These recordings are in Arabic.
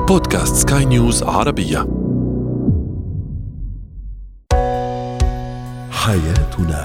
بودكاست سكاي نيوز عربية. حياتنا.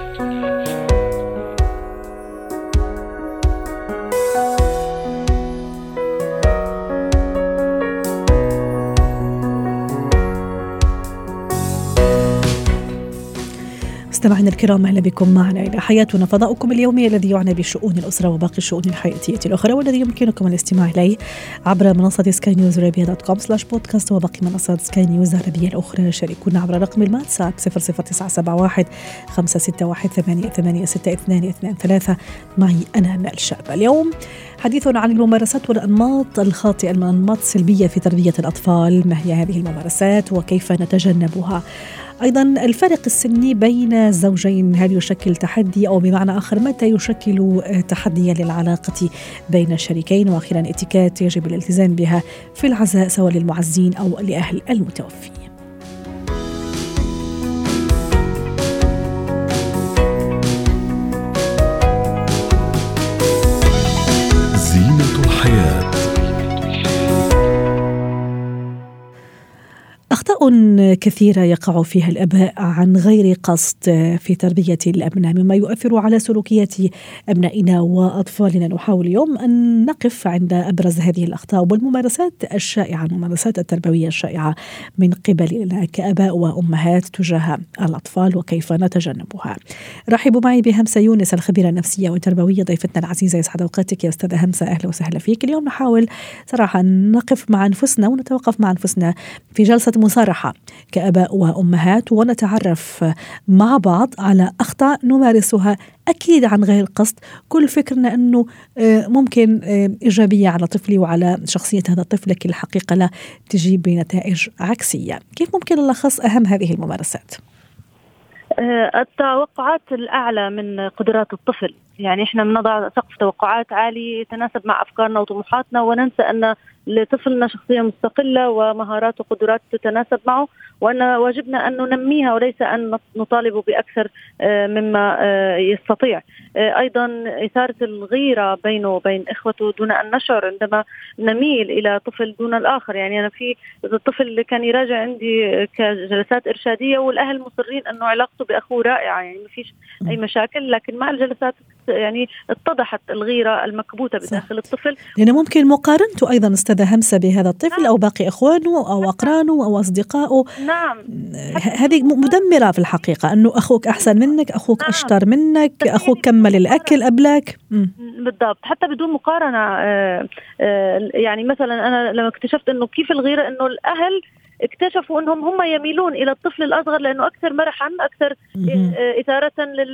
مستمعينا الكرام، أهلا بكم معنا إلى حياتنا، فضاؤكم اليومي الذي يعنى بشؤون الأسرة وباقي الشؤون الحياتية الأخرى، والذي يمكنكم الاستماع إليه عبر منصة skynewsarabia.com/podcast وباقي منصات سكاي نيوز عربية الأخرى. شاركونا عبر رقم الواتساب 00971 561 886223. معي أنا أمال شاب. اليوم حديثنا عن الممارسات والأنماط الخاطئة، الأنماط السلبية في تربية الأطفال. ما هي هذه الممارسات وكيف نتجنبها؟ أيضا الفرق السني بين الزوجين، هل يشكل تحدي أو بمعنى آخر متى يشكل تحديا للعلاقة بين الشريكين؟ وأخيرا اتيكيت يجب الالتزام بها في العزاء سواء للمعزين أو لأهل المتوفي. زينة الحياة. أخطاء كثيرة يقع فيها الآباء عن غير قصد في تربية الأبناء، مما يؤثر على سلوكيات أبنائنا وأطفالنا. نحاول اليوم أن نقف عند أبرز هذه الأخطاء والممارسات الشائعة، الممارسات التربوية الشائعة من قبلنا كآباء وأمهات تجاه الأطفال وكيف نتجنبها. رحبوا معي بهمسة يونس، الخبيرة النفسية والتربوية، ضيفتنا العزيزة. يسعد أوقاتك يا أستاذة همسة، أهلا وسهلا فيك. اليوم نحاول صراحة نقف مع أنفسنا ونتوقف مع أنفسنا في جلسة مصارحة كآباء وأمهات، ونتعرف مع بعض على أخطاء نمارسها أكيد عن غير قصد. كل فكرنا أنه ممكن إيجابية على طفلي وعلى شخصية هذا الطفل، لكن الحقيقة لا، تجيب بنتائج عكسية. كيف ممكن نلخص أهم هذه الممارسات؟ التوقعات الأعلى من قدرات الطفل، يعني إحنا بنضع سقف توقعات عالي يتناسب مع أفكارنا وطموحاتنا، وننسى أن لطفلنا شخصية مستقلة ومهارات وقدرات تتناسب معه، وأن واجبنا أن ننميها وليس أن نطالب بأكثر مما يستطيع. أيضا إثارة الغيرة بينه وبين إخوته دون أن نشعر عندما نميل إلى طفل دون الآخر. يعني أنا في الطفل اللي كان يراجع عندي كجلسات إرشادية والأهل مصرين أنه علاقته بأخوه رائعة، يعني ما فيش أي مشاكل، لكن مع الجلسات يعني اتضحت الغيرة المكبوتة بداخل الطفل. لأنه ممكن مقارنته أيضا أستاذة همسة بهذا الطفل أو باقي إخوانه أو أقرانه أو أصدقائه. نعم، هذه مدمرة في الحقيقة، أنه أخوك أحسن منك، أخوك أشطر منك، أخوك كمل الأكل قبلك. بالضبط، حتى بدون مقارنة. يعني مثلا أنا لما اكتشفت أنه كيف الغيرة، أنه الأهل اكتشفوا أنهم هم يميلون إلى الطفل الأصغر لأنه أكثر مرحا، أكثر إثارة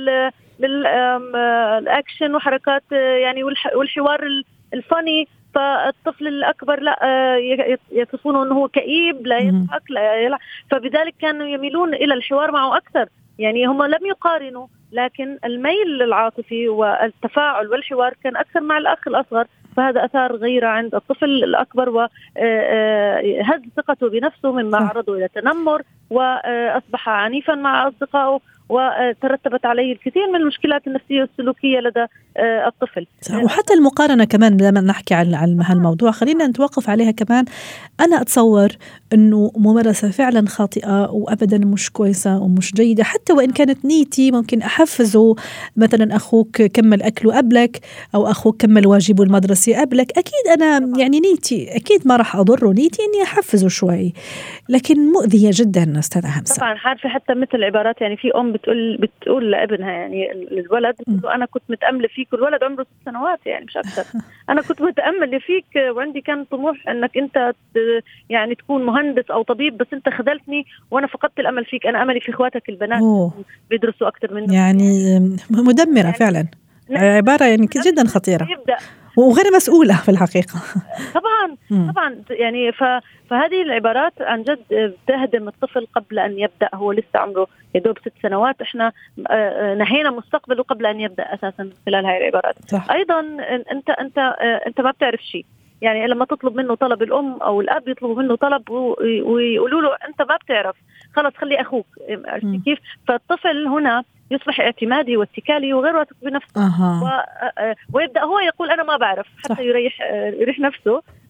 للأكشن وحركات يعني والحوار الفاني. فالطفل الأكبر لا، يصفونه أنه هو كئيب، لا يضحك، لا يلعب، فبذلك كانوا يميلون إلى الحوار معه أكثر. يعني هم لم يقارنوا، لكن الميل العاطفي والتفاعل والحوار كان أكثر مع الأخ الأصغر، فهذا أثار غيرة عند الطفل الأكبر وهز ثقته بنفسه، مما عرضه إلى تنمر وأصبح عنيفا مع أصدقائه، وترتبت عليه الكثير من المشكلات النفسية والسلوكية لدى الطفل. وحتى المقارنة كمان، لما نحكي عن هالموضوع خلينا نتوقف عليها كمان. أنا أتصور أنه ممارسة فعلا خاطئة وأبدا مش كويسة ومش جيدة، حتى وإن كانت نيتي ممكن أحفزه. مثلا أخوك كمل أكله قبلك أو أخوك كمل واجبه المدرسي قبلك، أكيد أنا يعني نيتي أكيد ما راح أضره، نيتي إني أحفزه شوي، لكن مؤذية جدا أستاذة همسة. طبعا عارفة، حتى مثل عبارات، يعني في أم بتقول لابنها، يعني الولد، أنا كنت متأملة فيك، والولد عمره 6 سنوات يعني مش أكثر. أنا كنت متأملة فيك وعندي كان طموح أنك أنت يعني تكون مهندس أو طبيب، بس أنت خذلتني وأنا فقدت الأمل فيك. أنا أملي في إخواتك البنات بيدرسوا أكثر منك. يعني مدمرة يعني فعلا، عبارة يعني جدا خطيرة وغير مسؤولة في الحقيقة. طبعا يعني فهذه العبارات عن جد تهدم الطفل قبل أن يبدأ. هو لسه عمره يدوب 6 سنوات، احنا نهينا مستقبله قبل أن يبدأ أساسا خلال هاي العبارات. صح. أيضا أنت ما بتعرف شيء، يعني لما تطلب منه طلب، الأم أو الأب يطلبوا منه طلب ويقولوا له أنت ما بتعرف، خلاص خلي أخوك. كيف؟ فالطفل هنا يصبح اعتمادي واتكالي وغير واثق بنفسه. ويبدأ هو يقول أنا ما بعرف، حتى يريح نفسه،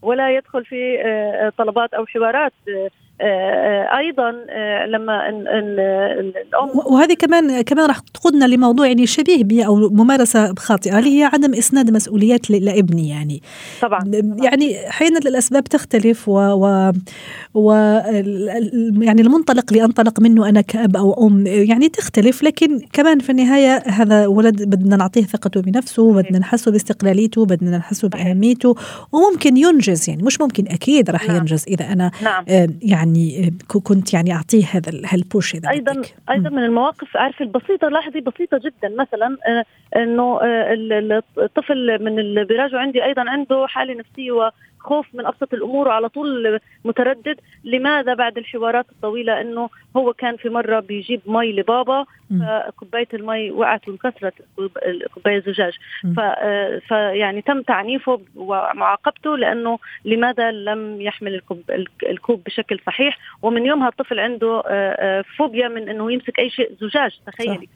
ولا يدخل في طلبات أو حوارات. أيضا لما الأم، وهذه كمان راح تقودنا لموضوع يعني شبيه به أو ممارسة خاطئة اللي هي عدم إسناد مسؤوليات لابني يعني. طبعا يعني حين الأسباب تختلف يعني المنطلق اللي أنطلق منه أنا كأب أو أم يعني تختلف، لكن كمان في النهاية هذا ولد بدنا نعطيه ثقته بنفسه، بدنا نحسه باستقلاليته، بدنا نحسه بأهميته، وممكن ينجز يعني مش ممكن أكيد راح ينجز إذا أنا يعني كنت يعني أعطيه هذا البوش. أيضا من المواقف عارفة البسيطة، لاحظي بسيطة جدا، مثلا إنه الطفل من اللي بيراجعوا عندي أيضا عنده حالة نفسية وخوف من أبسط الأمور، وعلى طول متردد. لماذا؟ بعد الحوارات الطويلة إنه هو كان في مرة بيجيب مي لبابا، فكوباية المي وقعت وانكسرت، كوباية زجاج، فيعني تم تعنيفه ومعاقبته لأنه لماذا لم يحمل الكوب بشكل صحيح. ومن يومها الطفل عنده فوبيا من إنه يمسك أي شيء زجاج، تخيلي.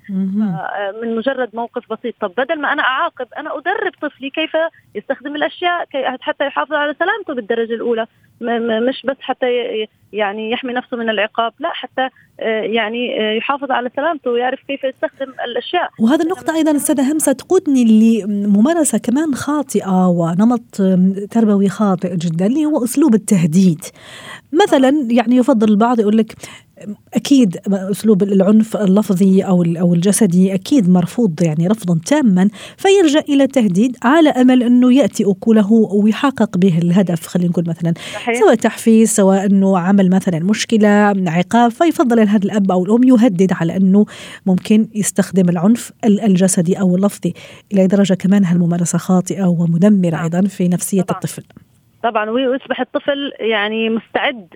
من مجرد موقف بسيط. طب بدل ما أنا أعاقب، أنا أدرب طفلي كيف يستخدم الأشياء حتى يحافظ على سلامته بالدرجة الأولى، مش بس حتى يعني يحمي نفسه من العقاب، لا حتى يعني يحافظ على سلامته ويعرف كيف يستخدم الأشياء. وهذا النقطة أيضا أستاذة همسة تقودني لممارسة كمان خاطئة ونمط تربوي خاطئ جدا، اللي هو أسلوب التهديد. مثلا يعني يفضل البعض يقول لك أكيد أسلوب العنف اللفظي أو الجسدي أكيد مرفوض، يعني رفضا تاما، فيرجع إلى التهديد على أمل أنه يأتي أكله ويحقق به الهدف. خلينا نقول مثلا سواء تحفيز، سواء أنه عمل مثلا مشكلة، عقاب، فيفضل هذا الأب أو الأم يهدد على أنه ممكن يستخدم العنف الجسدي أو اللفظي. إلى درجة كمان هالممارسة خاطئة ومدمرة أيضا في نفسية الطفل. طبعا ويصبح الطفل يعني مستعد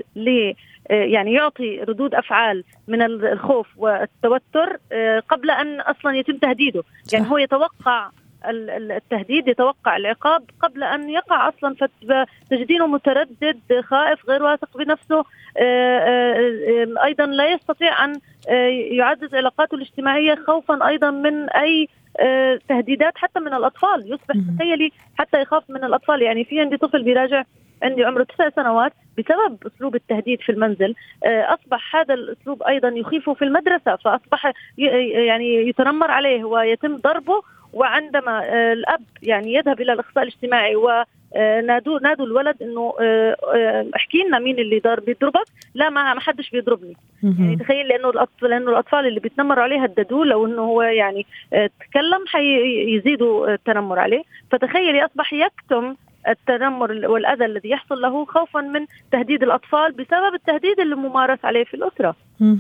يعني يعطي ردود أفعال من الخوف والتوتر قبل أن أصلا يتم تهديده. يعني هو يتوقع التهديد، يتوقع العقاب قبل أن يقع أصلا، فتجدينه متردد، خائف، غير واثق بنفسه. أيضا لا يستطيع أن يعزز علاقاته الاجتماعية خوفا أيضا من أي تهديدات حتى من الأطفال. يصبح تخيلي حتى يخاف من الأطفال. يعني في عندي طفل بيراجع عندي عمره 9 سنوات بسبب أسلوب التهديد في المنزل. أصبح هذا الأسلوب أيضا يخيفه في المدرسة، فأصبح يعني يتنمر عليه ويتم ضربه. وعندما الأب يعني يذهب إلى الأخصائي الاجتماعي نادوا الولد إنه احكي لنا مين اللي بيضربك، لا ما حدش بيضربني. يعني تخيل، لأنه الأطفال اللي بيتنمروا عليه هددوه، لو إنه هو يعني تكلم حيزيدوا التنمر عليه. فتخيلي أصبح يكتم التنمر والأذى الذي يحصل له خوفا من تهديد الأطفال بسبب التهديد اللي ممارس عليه في الأسرة.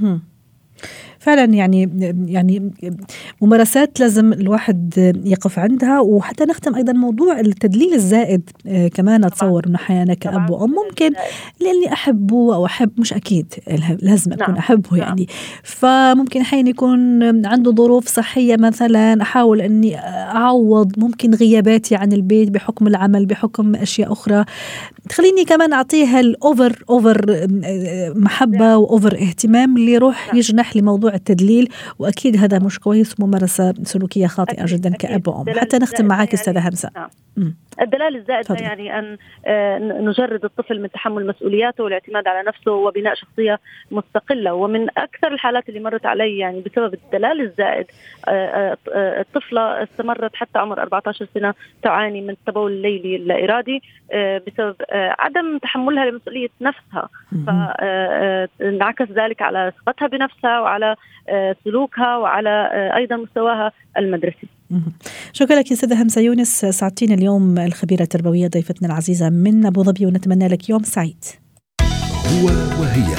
فعلا يعني ممارسات لازم الواحد يقف عندها. وحتى نختم أيضا موضوع التدليل الزائد كمان. أتصور أنه أحيانا كأب وأم ممكن لأني أحبه أو أحب، مش أكيد لازم أكون أحبه يعني. فممكن أحيانا يكون عنده ظروف صحية مثلا، أحاول أني أعوض ممكن غياباتي عن البيت بحكم العمل، بحكم أشياء أخرى تخليني كمان أعطيها الأوفر محبة وأوفر اهتمام اللي يروح يجنح لموضوع التدليل. وأكيد هذا مش كويس، ممارسة سلوكية خاطئة جدا كأب وأم. حتى نختم معاك أستاذة همسة. الدلال الزائد يعني أن نجرد الطفل من تحمل مسؤولياته والاعتماد على نفسه وبناء شخصية مستقلة. ومن أكثر الحالات اللي مرت علي يعني بسبب الدلال الزائد، الطفلة استمرت حتى عمر 14 سنة تعاني من التبول الليلي اللا-إرادي بسبب عدم تحملها لمسؤولية نفسها. فانعكس ذلك على ثقتها بنفسها وعلى سلوكها وعلى أيضا مستواها المدرسي. شكرا لك أستاذة همسة يونس، ساعتين اليوم الخبيرة التربوية ضيفتنا العزيزة من أبو ظبي، ونتمنى لك يوم سعيد. هو وهي.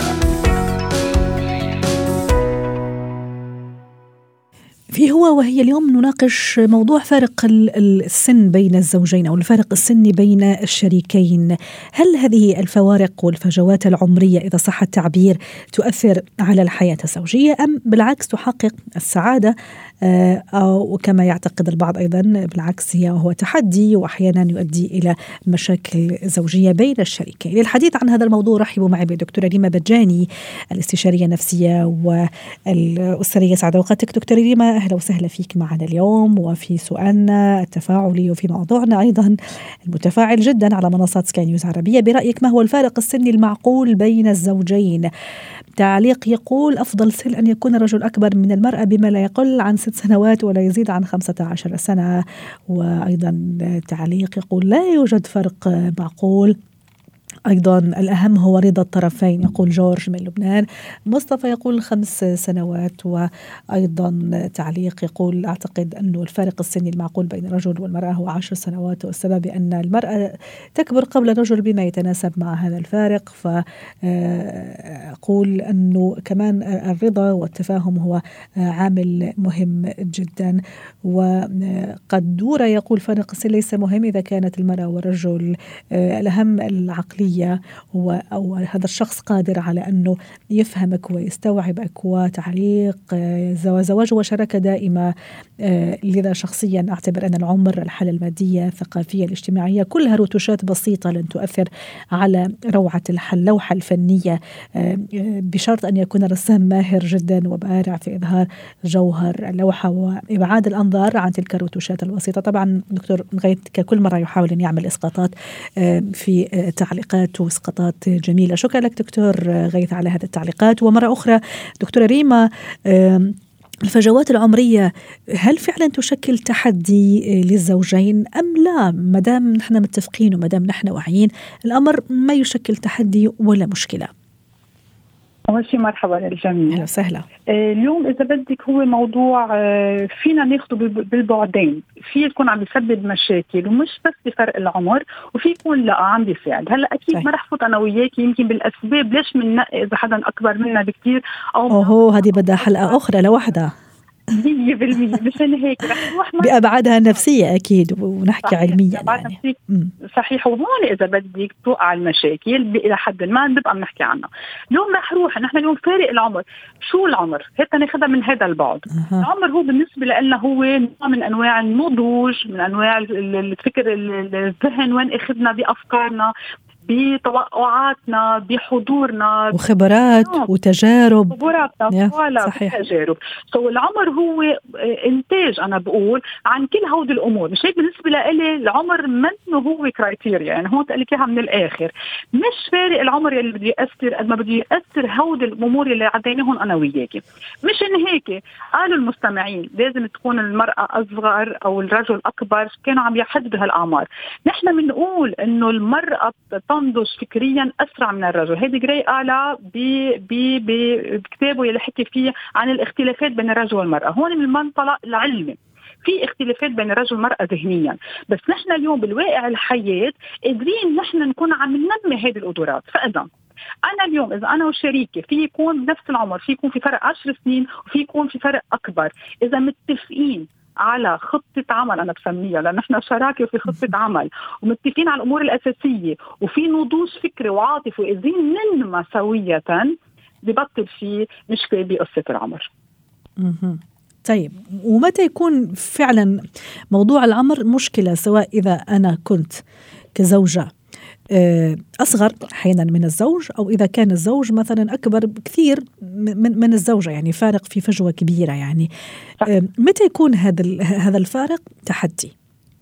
في هو وهي اليوم نناقش موضوع فارق السن بين الزوجين أو الفارق السني بين الشريكين. هل هذه الفوارق والفجوات العمرية إذا صح التعبير تؤثر على الحياة الزوجية، أم بالعكس تحقق السعادة أو كما يعتقد البعض أيضا بالعكس هو تحدي وأحيانا يؤدي إلى مشاكل زوجية بين الشريكين. للحديث عن هذا الموضوع رحبوا معي بالدكتورة ريما بجاني، الاستشارية النفسية والأسرية. سعد أوقاتك دكتورة ريما، أهلا وسهلا فيك معنا اليوم وفي سؤالنا التفاعلي وفي موضوعنا أيضا المتفاعل جدا على منصات سكاي نيوز عربية. برأيك ما هو الفارق السني المعقول بين الزوجين؟ تعليق يقول أفضل سن أن يكون الرجل أكبر من المرأة بما لا يقل عن 6 سنوات ولا يزيد عن 15 سنة. وأيضا تعليق يقول لا يوجد فرق معقول. أيضا الأهم هو رضا الطرفين، يقول جورج من لبنان. مصطفى يقول 5 سنوات. وأيضا تعليق يقول أعتقد أنه الفارق السني المعقول بين الرجل والمرأة هو 10 سنوات، والسبب أن المرأة تكبر قبل الرجل بما يتناسب مع هذا الفارق. فأقول أنه كمان الرضا والتفاهم هو عامل مهم جدا. وقدورة يقول فارق السن ليس مهم إذا كانت المرأة والرجل، الأهم العقلية أو هذا الشخص قادر على أنه يفهمك ويستوعبك. وتعليق زواج وشراكة دائمة. لذا شخصيا أعتبر أن العمر، الحالة المادية، الثقافية، الاجتماعية كلها روتوشات بسيطة لن تؤثر على روعة اللوحة الفنية، بشرط أن يكون الرسام ماهر جدا وبارع في إظهار جوهر اللوحة وإبعاد الأنظار عن تلك الروتوشات البسيطة. طبعا دكتور غيث كل مرة يحاول أن يعمل إسقاطات في تعليقات واسقاطات جميلة. شكرا لك دكتور غيث على هذه التعليقات. ومرة أخرى دكتورة ريما، الفجوات العمرية هل فعلا تشكل تحدي للزوجين أم لا؟ مدام نحن متفقين ومدام نحن واعيين الأمر ما يشكل تحدي ولا مشكلة. أول شيء مرحبا للجميع. أهلا وسهلا. اليوم إذا بدك هو موضوع فينا ناخده بالبعدين، في يكون عم يسبب مشاكل ومش بس بفرق العمر، وفي يكون لا عم بيساعد. هلا أكيد ما رح فوت أنا وياك يمكن بالأسباب ليش مننقي إذا حدا أكبر منا بكتير أو هذه بدها حلقة أخرى لوحدها 100%. مشان هيك رح نروح بأبعادها النفسية أكيد ونحكي علميا يعني. صحيح. وهون إذا بدك توقع المشاكل إلى حد ما نبقى بنحكي عنها. اليوم رح نروح نحن اليوم فارق العمر. شو العمر؟ هيك ناخذها من هذا البعد. العمر هو بالنسبة لنا هو نوع من أنواع النضوج، من أنواع الفكر، الذهن، وين أخذنا بأفكارنا، بتوقعاتنا، بحضورنا، وخبرات وتجارب. صحيح. تجارب. العمر هو انتاج أنا بقول عن كل هود الأمور. مش هيك بالنسبة لي العمر منه هو كرايتيريا، يعني هون تقول لك إياها من الآخر. مش فارق العمر اللي بده يأثر قد ما بده يأثر هود الأمور اللي عديناهم أنا وياكي. مش إن هيك قالوا المستمعين لازم تكون المرأة أصغر أو الرجل أكبر، كانوا عم يحددوا هالأعمار. نحن بنقول إنه المرأة تنضج فكريا أسرع من الرجل. هيدي جراي قالها بكتابه اللي حكي فيه عن الاختلافات بين الرجل والمرأة. هون من المنطلق العلمي في اختلافات بين الرجل والمرأة ذهنيا، بس نحن اليوم بالواقع الحياة قادرين نحن نكون عم ننمي هذه القدرات. فإذا أنا اليوم إذا أنا وشريكي في يكون بنفس العمر، في يكون في فرق 10 سنين وفي يكون في فرق أكبر، إذا متفقين على خطة عمل أنا بسميها، لأن نحن شراكة في خطة عمل ومتفقين على الأمور الأساسية وفي نضوج فكري وعاطفي وإذن ننمى سوية، ببطل في مشكلة بقصة العمر. طيب، ومتى يكون فعلا موضوع العمر مشكلة؟ سواء إذا أنا كنت كزوجة أصغر أحيانا من الزوج، أو إذا كان الزوج مثلا أكبر بكثير من الزوجة، يعني فارق في فجوة كبيرة يعني. متى يكون هذا الفارق تحدي؟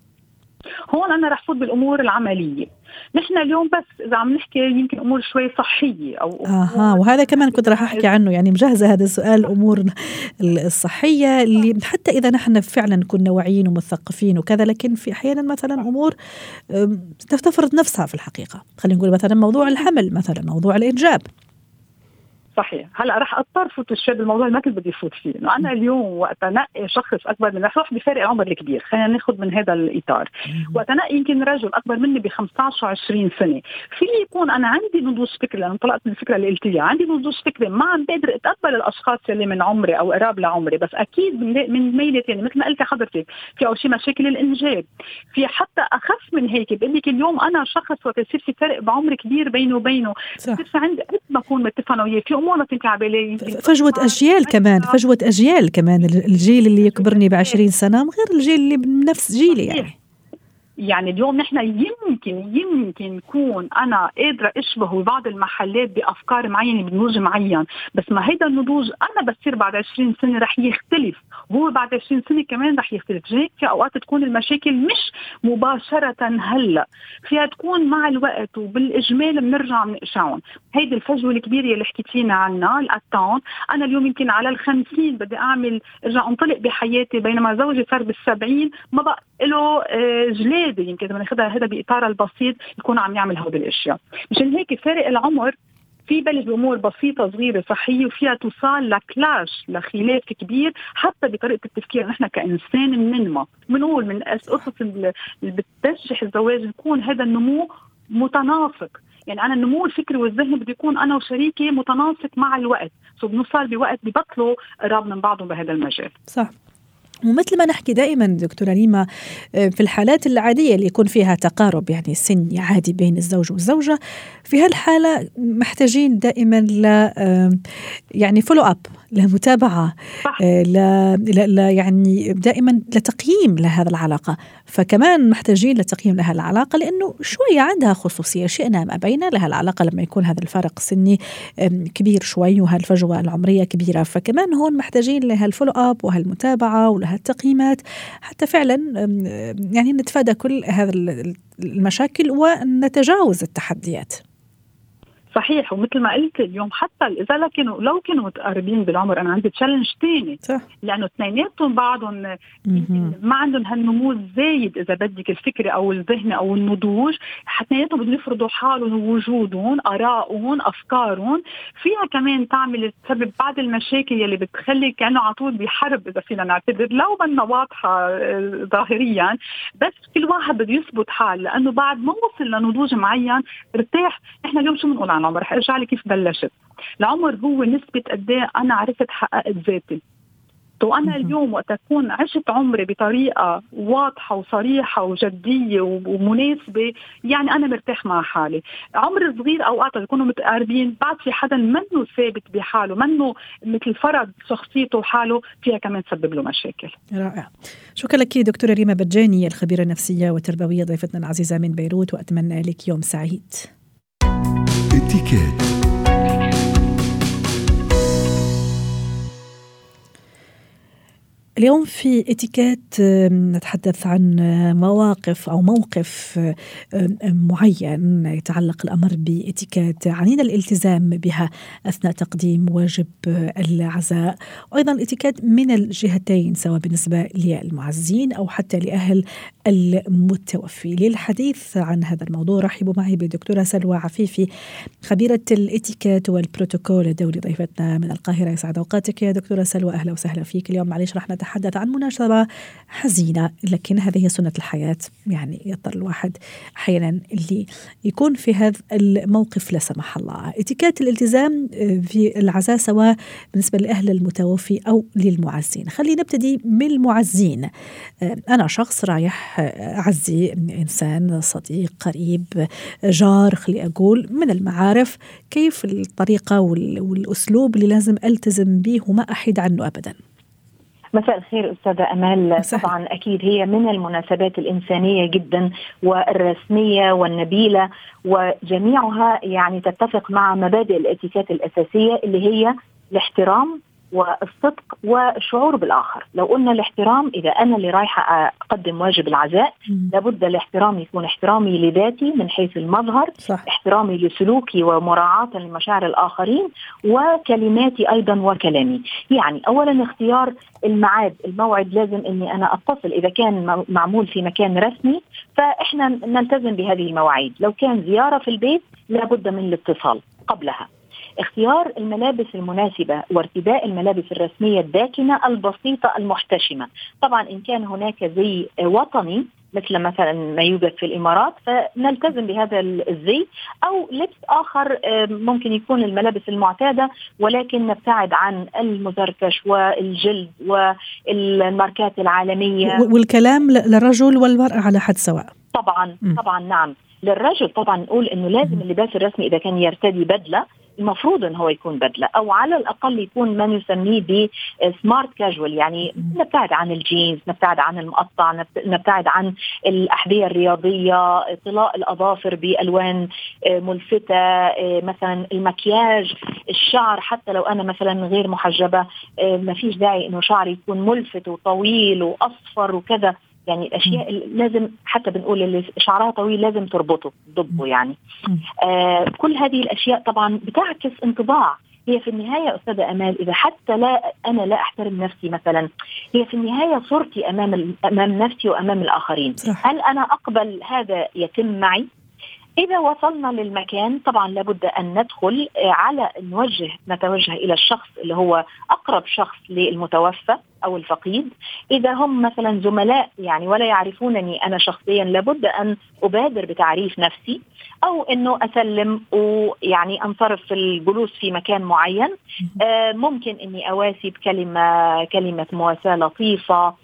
هون أنا رح فوت بالأمور العملية. نحن اليوم بس إذا عم نحكي يمكن أمور شوي صحية أو وهذا كمان كنت رح أحكي عنه، يعني مجهزة هذا السؤال، الأمور الصحية اللي حتى إذا نحن فعلا كنا واعيين ومثقفين وكذا، لكن في أحيانا مثلا أمور تفرض نفسها في الحقيقة. خلينا نقول مثلا موضوع الحمل، مثلا موضوع الإنجاب. صحيح. هلا رح اضطر فوت الشاب الموضوع اللي ما كنت بدي افوت فيه، انه انا اليوم وقت انقي شخص اكبر من رح اروح بفارق العمر الكبير. خلينا ناخذ من هذا الاطار. وقت انقي يمكن رجل اكبر مني ب 15 و20 سنه، في يكون انا عندي نضوج فكري، لانه طلعت من الفكره اللي قلتيها، عندي نضوج فكري ما عم بقدر اتقبل الاشخاص اللي من عمري او قراب لعمري. بس اكيد من ميله ثانيه مثل ما قلتي حضرتك، في اول شيء مشاكل الانجاب، في حتى اخف من هيك. بقول لك اليوم انا شخص وقت يصير في فرق بعمر كبير بينه وبينه، بصير في عندي قد ما اكون متفقه وياه في الأمور ما تمكن عبالي فجوة أجيال كمان الجيل اللي يكبرني ب20 سنة غير الجيل اللي بنفس جيلي يعني اليوم نحن يمكن يكون أنا قادرة أشبه بعض المحلات بأفكار معينة بنضوج معين، بس ما هيدا النضوج أنا بصير بعد 20 سنة رح يختلف، وهو بعد 20 سنة كمان رح يختلف. هيك في أوقات تكون المشاكل مش مباشرة هلأ، فيها تكون مع الوقت وبالإجمال بنرجع بنقشعهم. هيدي الفجوة الكبيرة اللي حكيتينا عنها الأتون. أنا اليوم يمكن على 50 بدي أرجع أنطلق بحياتي، بينما زوجي صار 70 ما بقى له جلاد يمكن بدنا ناخذها هذا بإطار البسيط يكون عم يعمل هذه الأشياء. مشان هيك فارق العمر في بلش بأمور بسيطة صغيرة صحية وفيها توصل لكلاش لخلاف كبير حتى بطريقة التفكير. نحن كإنسان بننمى بنقول من قصص اللي بترشح الزواج يكون هذا النمو متناسق. يعني أنا النمو الفكري والذهني بده يكون أنا وشريكي متناسق مع الوقت، بنوصل بوقت ببطلوا قراب من بعضهم بهذا المجال. صح. ومثل ما نحكي دائما دكتورة ريما في الحالات العادية اللي يكون فيها تقارب يعني سني عادي بين الزوج والزوجة، في هالحالة محتاجين دائما يعني فولو أب، لمتابعة، يعني دائما لتقييم لهذا العلاقة. فكمان محتاجين لتقييم لها العلاقة لأنه شوية عندها خصوصية شئنا ما أبينا لها العلاقة لما يكون هذا الفارق السني كبير شوي وهالفجوة العمرية كبيرة. فكمان هون محتاجين لها الفولو أب وهالمتابعة ولها التقييمات حتى فعلا يعني نتفادى كل هذا المشاكل ونتجاوز التحديات. صحيح. ومثل ما قلت اليوم حتى إذا لو كانوا متقاربين بالعمر أنا عندي تشالنج تاني، لأنه اثنيناتهم بعضهم ما عندهم هالنمو الزايد إذا بدك الفكري أو الذهني أو النضوج. اثنيناتهم بدهم يفرضوا حالهم ووجودهم ارائهم افكارهم، فيها كمان تعمل تسبب بعض المشاكل يلي بتخلي كأنه على طول بحرب إذا فينا نعتبر، لو بدنا واضحة ظاهريا، بس كل واحد بده يثبت حال لأنه بعد ما وصل لنضوج معين ارتاح. احنا اليوم شو بنقول عن العمر؟ رح ارجع لي كيف بلشت. العمر هو نسبة قد ايه انا عرفت حققت ذاتي. وأنا اليوم وقت أكون عشت عمري بطريقة واضحة وصريحة وجدية ومناسبة، يعني أنا مرتاح مع حالي. عمر صغير أوقات يكونوا متقاربين بعد في حدا منه ثابت بحاله، منه مثل فرض شخصيته وحاله، فيها كمان تسبب له مشاكل. رائع. شكرا لك دكتورة ريما بجاني الخبيرة النفسية والتربوية ضيفتنا العزيزة من بيروت، وأتمنى لك يوم سعيد. اتيكيت. اليوم في اتيكيت نتحدث عن مواقف أو موقف معين يتعلق الأمر باتيكيت عنينا الالتزام بها أثناء تقديم واجب العزاء، وأيضا الاتيكيت من الجهتين سواء بالنسبة للمعزين أو حتى لأهل المتوفي. للحديث عن هذا الموضوع رحبوا معي بالدكتورة سلوى عفيفي خبيرة الاتيكيت والبروتوكول الدولي ضيفتنا من القاهرة. يسعد أوقاتك يا دكتورة سلوى، أهلا وسهلا فيك. اليوم معليش رح نتحدث عن مناسبة حزينة، لكن هذه هي سنة الحياة، يعني يضطر الواحد أحيانا اللي يكون في هذا الموقف لا سمح الله. اتيكيت الالتزام في العزاء سواء بالنسبة لأهل المتوفي أو للمعزين. خلينا نبتدي من المعزين. أنا شخص رايح أعزي إنسان صديق قريب جار، خلي أقول من المعارف، كيف الطريقة والأسلوب اللي لازم ألتزم به وما أحيد عنه أبدا؟ مساء الخير أستاذة أمال. طبعا أكيد هي من المناسبات الإنسانية جدا والرسمية والنبيلة، وجميعها يعني تتفق مع مبادئ الاتيكيت الأساسية اللي هي الاحترام والصدق والشعور بالآخر. لو قلنا الاحترام، إذا أنا اللي رايحة أقدم واجب العزاء لابد الاحترام يكون احترامي لذاتي من حيث المظهر، صح. احترامي لسلوكي ومراعاة لمشاعر الآخرين، وكلماتي أيضا وكلامي. يعني أولا اختيار الموعد لازم أني أنا أتصل. إذا كان معمول في مكان رسمي فإحنا نلتزم بهذه المواعيد. لو كان زيارة في البيت لابد من الاتصال قبلها. اختيار الملابس المناسبة وارتداء الملابس الرسمية الداكنة البسيطة المحتشمة. طبعا إن كان هناك زي وطني مثلا ما يوجد في الإمارات فنلتزم بهذا الزي، أو لبس آخر ممكن يكون الملابس المعتادة ولكن نبتعد عن المزركش والجلد والماركات العالمية. والكلام للرجل والمرأة على حد سواء. طبعا نعم. للرجل طبعا نقول إنه لازم اللباس الرسمي إذا كان يرتدي بدلة المفروض ان هو يكون بدله، او على الاقل يكون ما نسميه بسمارت كاجوال، يعني نبتعد عن الجينز، نبتعد عن المقطع، نبتعد عن الاحذيه الرياضيه، طلاء الاظافر بالوان ملفته، مثلا المكياج، الشعر حتى لو انا مثلا غير محجبه ما فيش داعي انه شعري يكون ملفت وطويل واصفر وكذا. يعني الاشياء لازم، حتى بنقول اللي شعرها طويل لازم تربطه ضبه يعني. كل هذه الاشياء طبعا بتعكس انطباع. هي في النهايه استاذه امال، اذا حتى انا لا احترم نفسي مثلا، هي في النهايه صورتي امام نفسي وامام الاخرين. صح. هل انا اقبل هذا يتم معي؟ إذا وصلنا للمكان طبعا لابد أن ندخل على نتوجه إلى الشخص اللي هو أقرب شخص للمتوفى أو الفقيد. إذا هم مثلا زملاء يعني ولا يعرفونني أنا شخصيا، لابد أن أبادر بتعريف نفسي، أو أنه أسلم ويعني أنصرف في الجلوس في مكان معين. ممكن أني أواسي بكلمة مواساة لطيفة.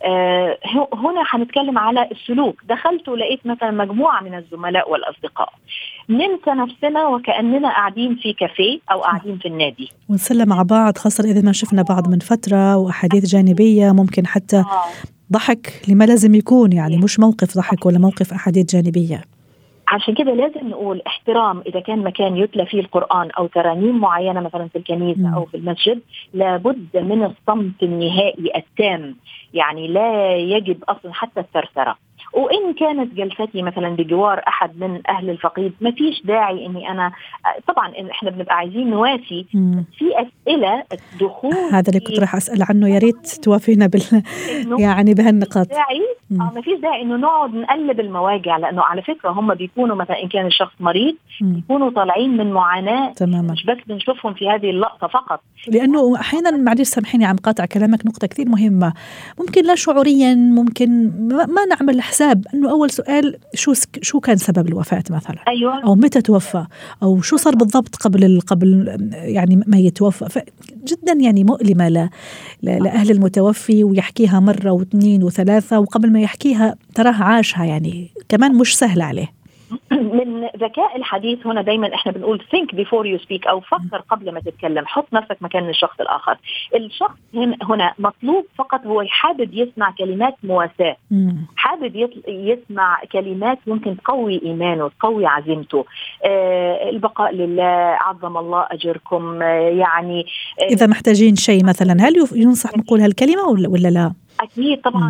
هنا هنتكلم على السلوك. دخلت ولقيت مثلا مجموعة من الزملاء والأصدقاء، ننسى نفسنا وكأننا قاعدين في كافيه أو قاعدين في النادي ونسلم مع بعض، خاصة إذا ما شفنا بعض من فترة، وأحاديث جانبية ممكن حتى ضحك لما لازم يكون، يعني مش موقف ضحك ولا موقف أحاديث جانبية. عشان كده لازم نقول احترام. إذا كان مكان يتلى فيه القرآن أو ترانيم معينة مثلا في الكنيسة أو في المسجد، لابد من الصمت النهائي التام، يعني لا يجب أصلا حتى الثرثرة. وإن كانت جلستي مثلا بجوار أحد من أهل الفقيد، ما فيش داعي إني أنا طبعا إن إحنا بنبقى عايزين نواسي في أسئلة الدخول. هذا اللي كنت راح أسأل عنه، يا ريت توافينا يعني بهالنقاط. ما فيش داعي إنه نقعد نقلب المواجع، لأنه على فكرة هم بيكونوا مثلا إن كان الشخص مريض بيكونوا طالعين من معاناة تماما، مش بس بنشوفهم في هذه اللقطة فقط. لأنه أحيانا معلش سامحيني عم قاطع كلامك، نقطة كثير مهمة، ممكن لا شعوريا ممكن ما نعمل حساب انه اول سؤال شو كان سبب الوفاة مثلا. أيوة. او متى توفى، او شو صار بالضبط قبل يعني ما يتوفى. جدا يعني مؤلمة لأهل المتوفي، ويحكيها مرة واثنين وثلاثة، وقبل ما يحكيها تراه عاشها، يعني كمان مش سهل عليه. من ذكاء الحديث هنا دايما احنا بنقول think before you speak، او فكر قبل ما تتكلم، حط نفسك مكان الشخص الآخر. الشخص هنا مطلوب فقط هو حابب يسمع كلمات مواساة، حابب يسمع كلمات ممكن تقوي إيمانه، تقوي عزيمته. البقاء لله، عظم الله أجركم. يعني إذا محتاجين شيء مثلا، هل ينصح نقول هالكلمة ولا لا؟ أكيد طبعا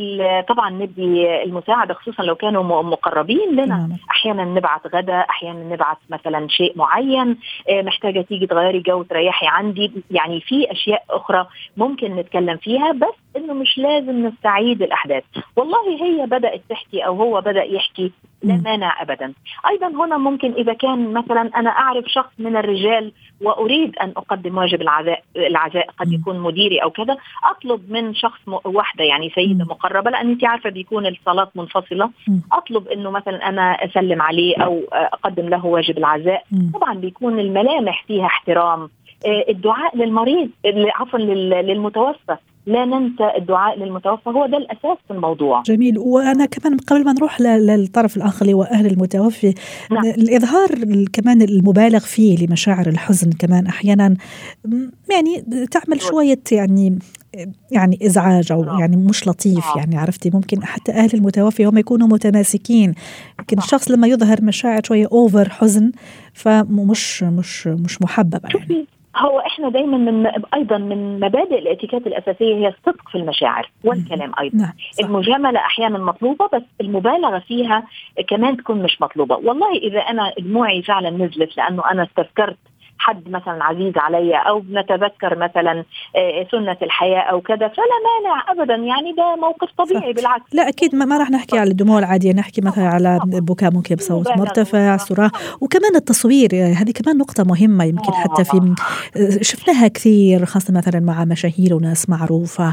نبدي المساعدة، خصوصا لو كانوا مقربين لنا. أحيانا نبعث غدا، أحيانا نبعث مثلا شيء معين، محتاجة تيجي تغيري جو تريحي عندي. يعني في أشياء أخرى ممكن نتكلم فيها، بس إنه مش لازم نستعيد الأحداث. والله هي بدأت تحكي أو هو بدأ يحكي، لا مانع أبدا. أيضا هنا ممكن إذا كان مثلا أنا أعرف شخص من الرجال وأريد أن أقدم واجب العزاء، قد يكون مديري أو كذا، أطلب من شخص واحدة يعني سيدة مقربة، لأن أنت عارفة بيكون الصلاة منفصلة، أطلب أنه مثلا أنا أسلم عليه أو أقدم له واجب العزاء. طبعا بيكون الملامح فيها احترام. الدعاء للمريض، عفوا للمتوفى، لا ننسى الدعاء للمتوفى، هو ده الأساس في الموضوع. جميل. وأنا كمان قبل ما نروح للطرف الآخر وأهل المتوفي، الإظهار كمان المبالغ فيه لمشاعر الحزن كمان أحيانا يعني تعمل شوية يعني إزعاج، أو يعني مش لطيف. يعني عرفتي ممكن حتى أهل المتوفي هم يكونوا متماسكين، لكن الشخص لما يظهر مشاعر شوية أوفر حزن فمش مش محبب يعني. هو احنا دايما ايضا من مبادئ الاتيكيت الاساسيه هي الصدق في المشاعر والكلام ايضا. نعم. المجامله احيانا مطلوبه، بس المبالغه فيها كمان تكون مش مطلوبه. والله اذا انا دموعي فعلا نزلت لانه انا استذكرت حد مثلا عزيز علي، أو نتذكر مثلا سنة الحياة أو كذا، فلا مانع أبدا، يعني ده موقف طبيعي. بالعكس، لا أكيد ما راح نحكي على الدموع العادية، نحكي مثلا على بكاء ممكن بصوت مرتفع، صراخ. وكمان التصوير، هذه كمان نقطة مهمة، يمكن حتى في شفناها كثير، خاصة مثلا مع مشاهير وناس معروفة،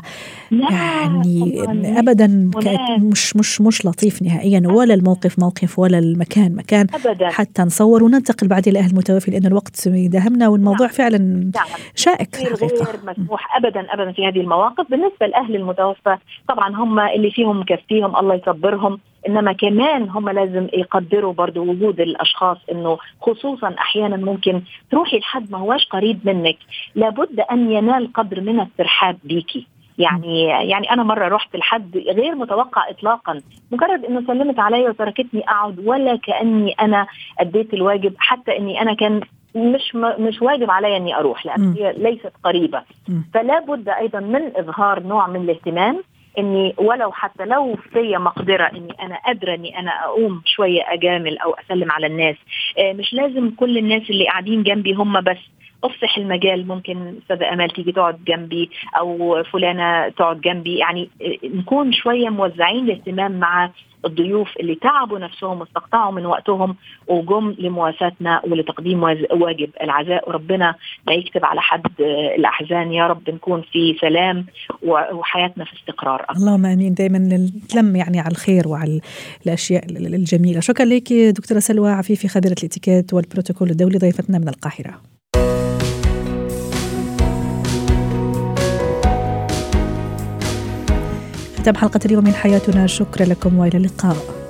يعني أبدا مش لطيف نهائيا، ولا الموقف موقف ولا المكان مكان أبداً. حتى نصور وننتقل بعدين لأهل المتوفي، لأن الوقت داهمنا، والموضوع فعلا شائك غير مسموح أبدا في هذه المواقف. بالنسبة لأهل المتوفى طبعا هم اللي فيهم مكفيهم، الله يصبرهم، إنما كمان هم لازم يقدروا برضو وجود الأشخاص، إنه خصوصا أحيانا ممكن تروحي لحد ما هواش قريب منك، لابد أن ينال قدر من الترحاب بيكي. يعني أنا مرة رحت لحد غير متوقع إطلاقا، مجرد إنه سلمت علي وتركتني أقعد ولا كأني أنا أديت الواجب، حتى إني أنا كان مش واجب علي أني أروح لأن هي ليست قريبة. فلا بد أيضا من إظهار نوع من الاهتمام، إني ولو حتى لو في مقدرة إني أنا قادرة إني أنا أقوم شوية أجامل أو أسلم على الناس. مش لازم كل الناس اللي قاعدين جنبي هم بس، أفسح المجال، ممكن أستاذة أمال تيجي تقعد جنبي أو فلانة تقعد جنبي، يعني نكون شوية موزعين الاهتمام مع الضيوف اللي تعبوا نفسهم واستقطعوا من وقتهم وجم لمواساتنا ولتقديم واجب العزاء. وربنا لا يكتب على حد الأحزان، يا رب نكون في سلام وحياتنا في استقرار أكثر. اللهم آمين. دائما نتلم يعني على الخير وعلى الأشياء الجميلة. شكرا لك دكتورة سلوى عفيفي، خبيرة الاتيكيت والبروتوكول الدولي، ضيفتنا من القاهرة. ختام حلقة اليوم من حياتنا، شكرا لكم وإلى اللقاء.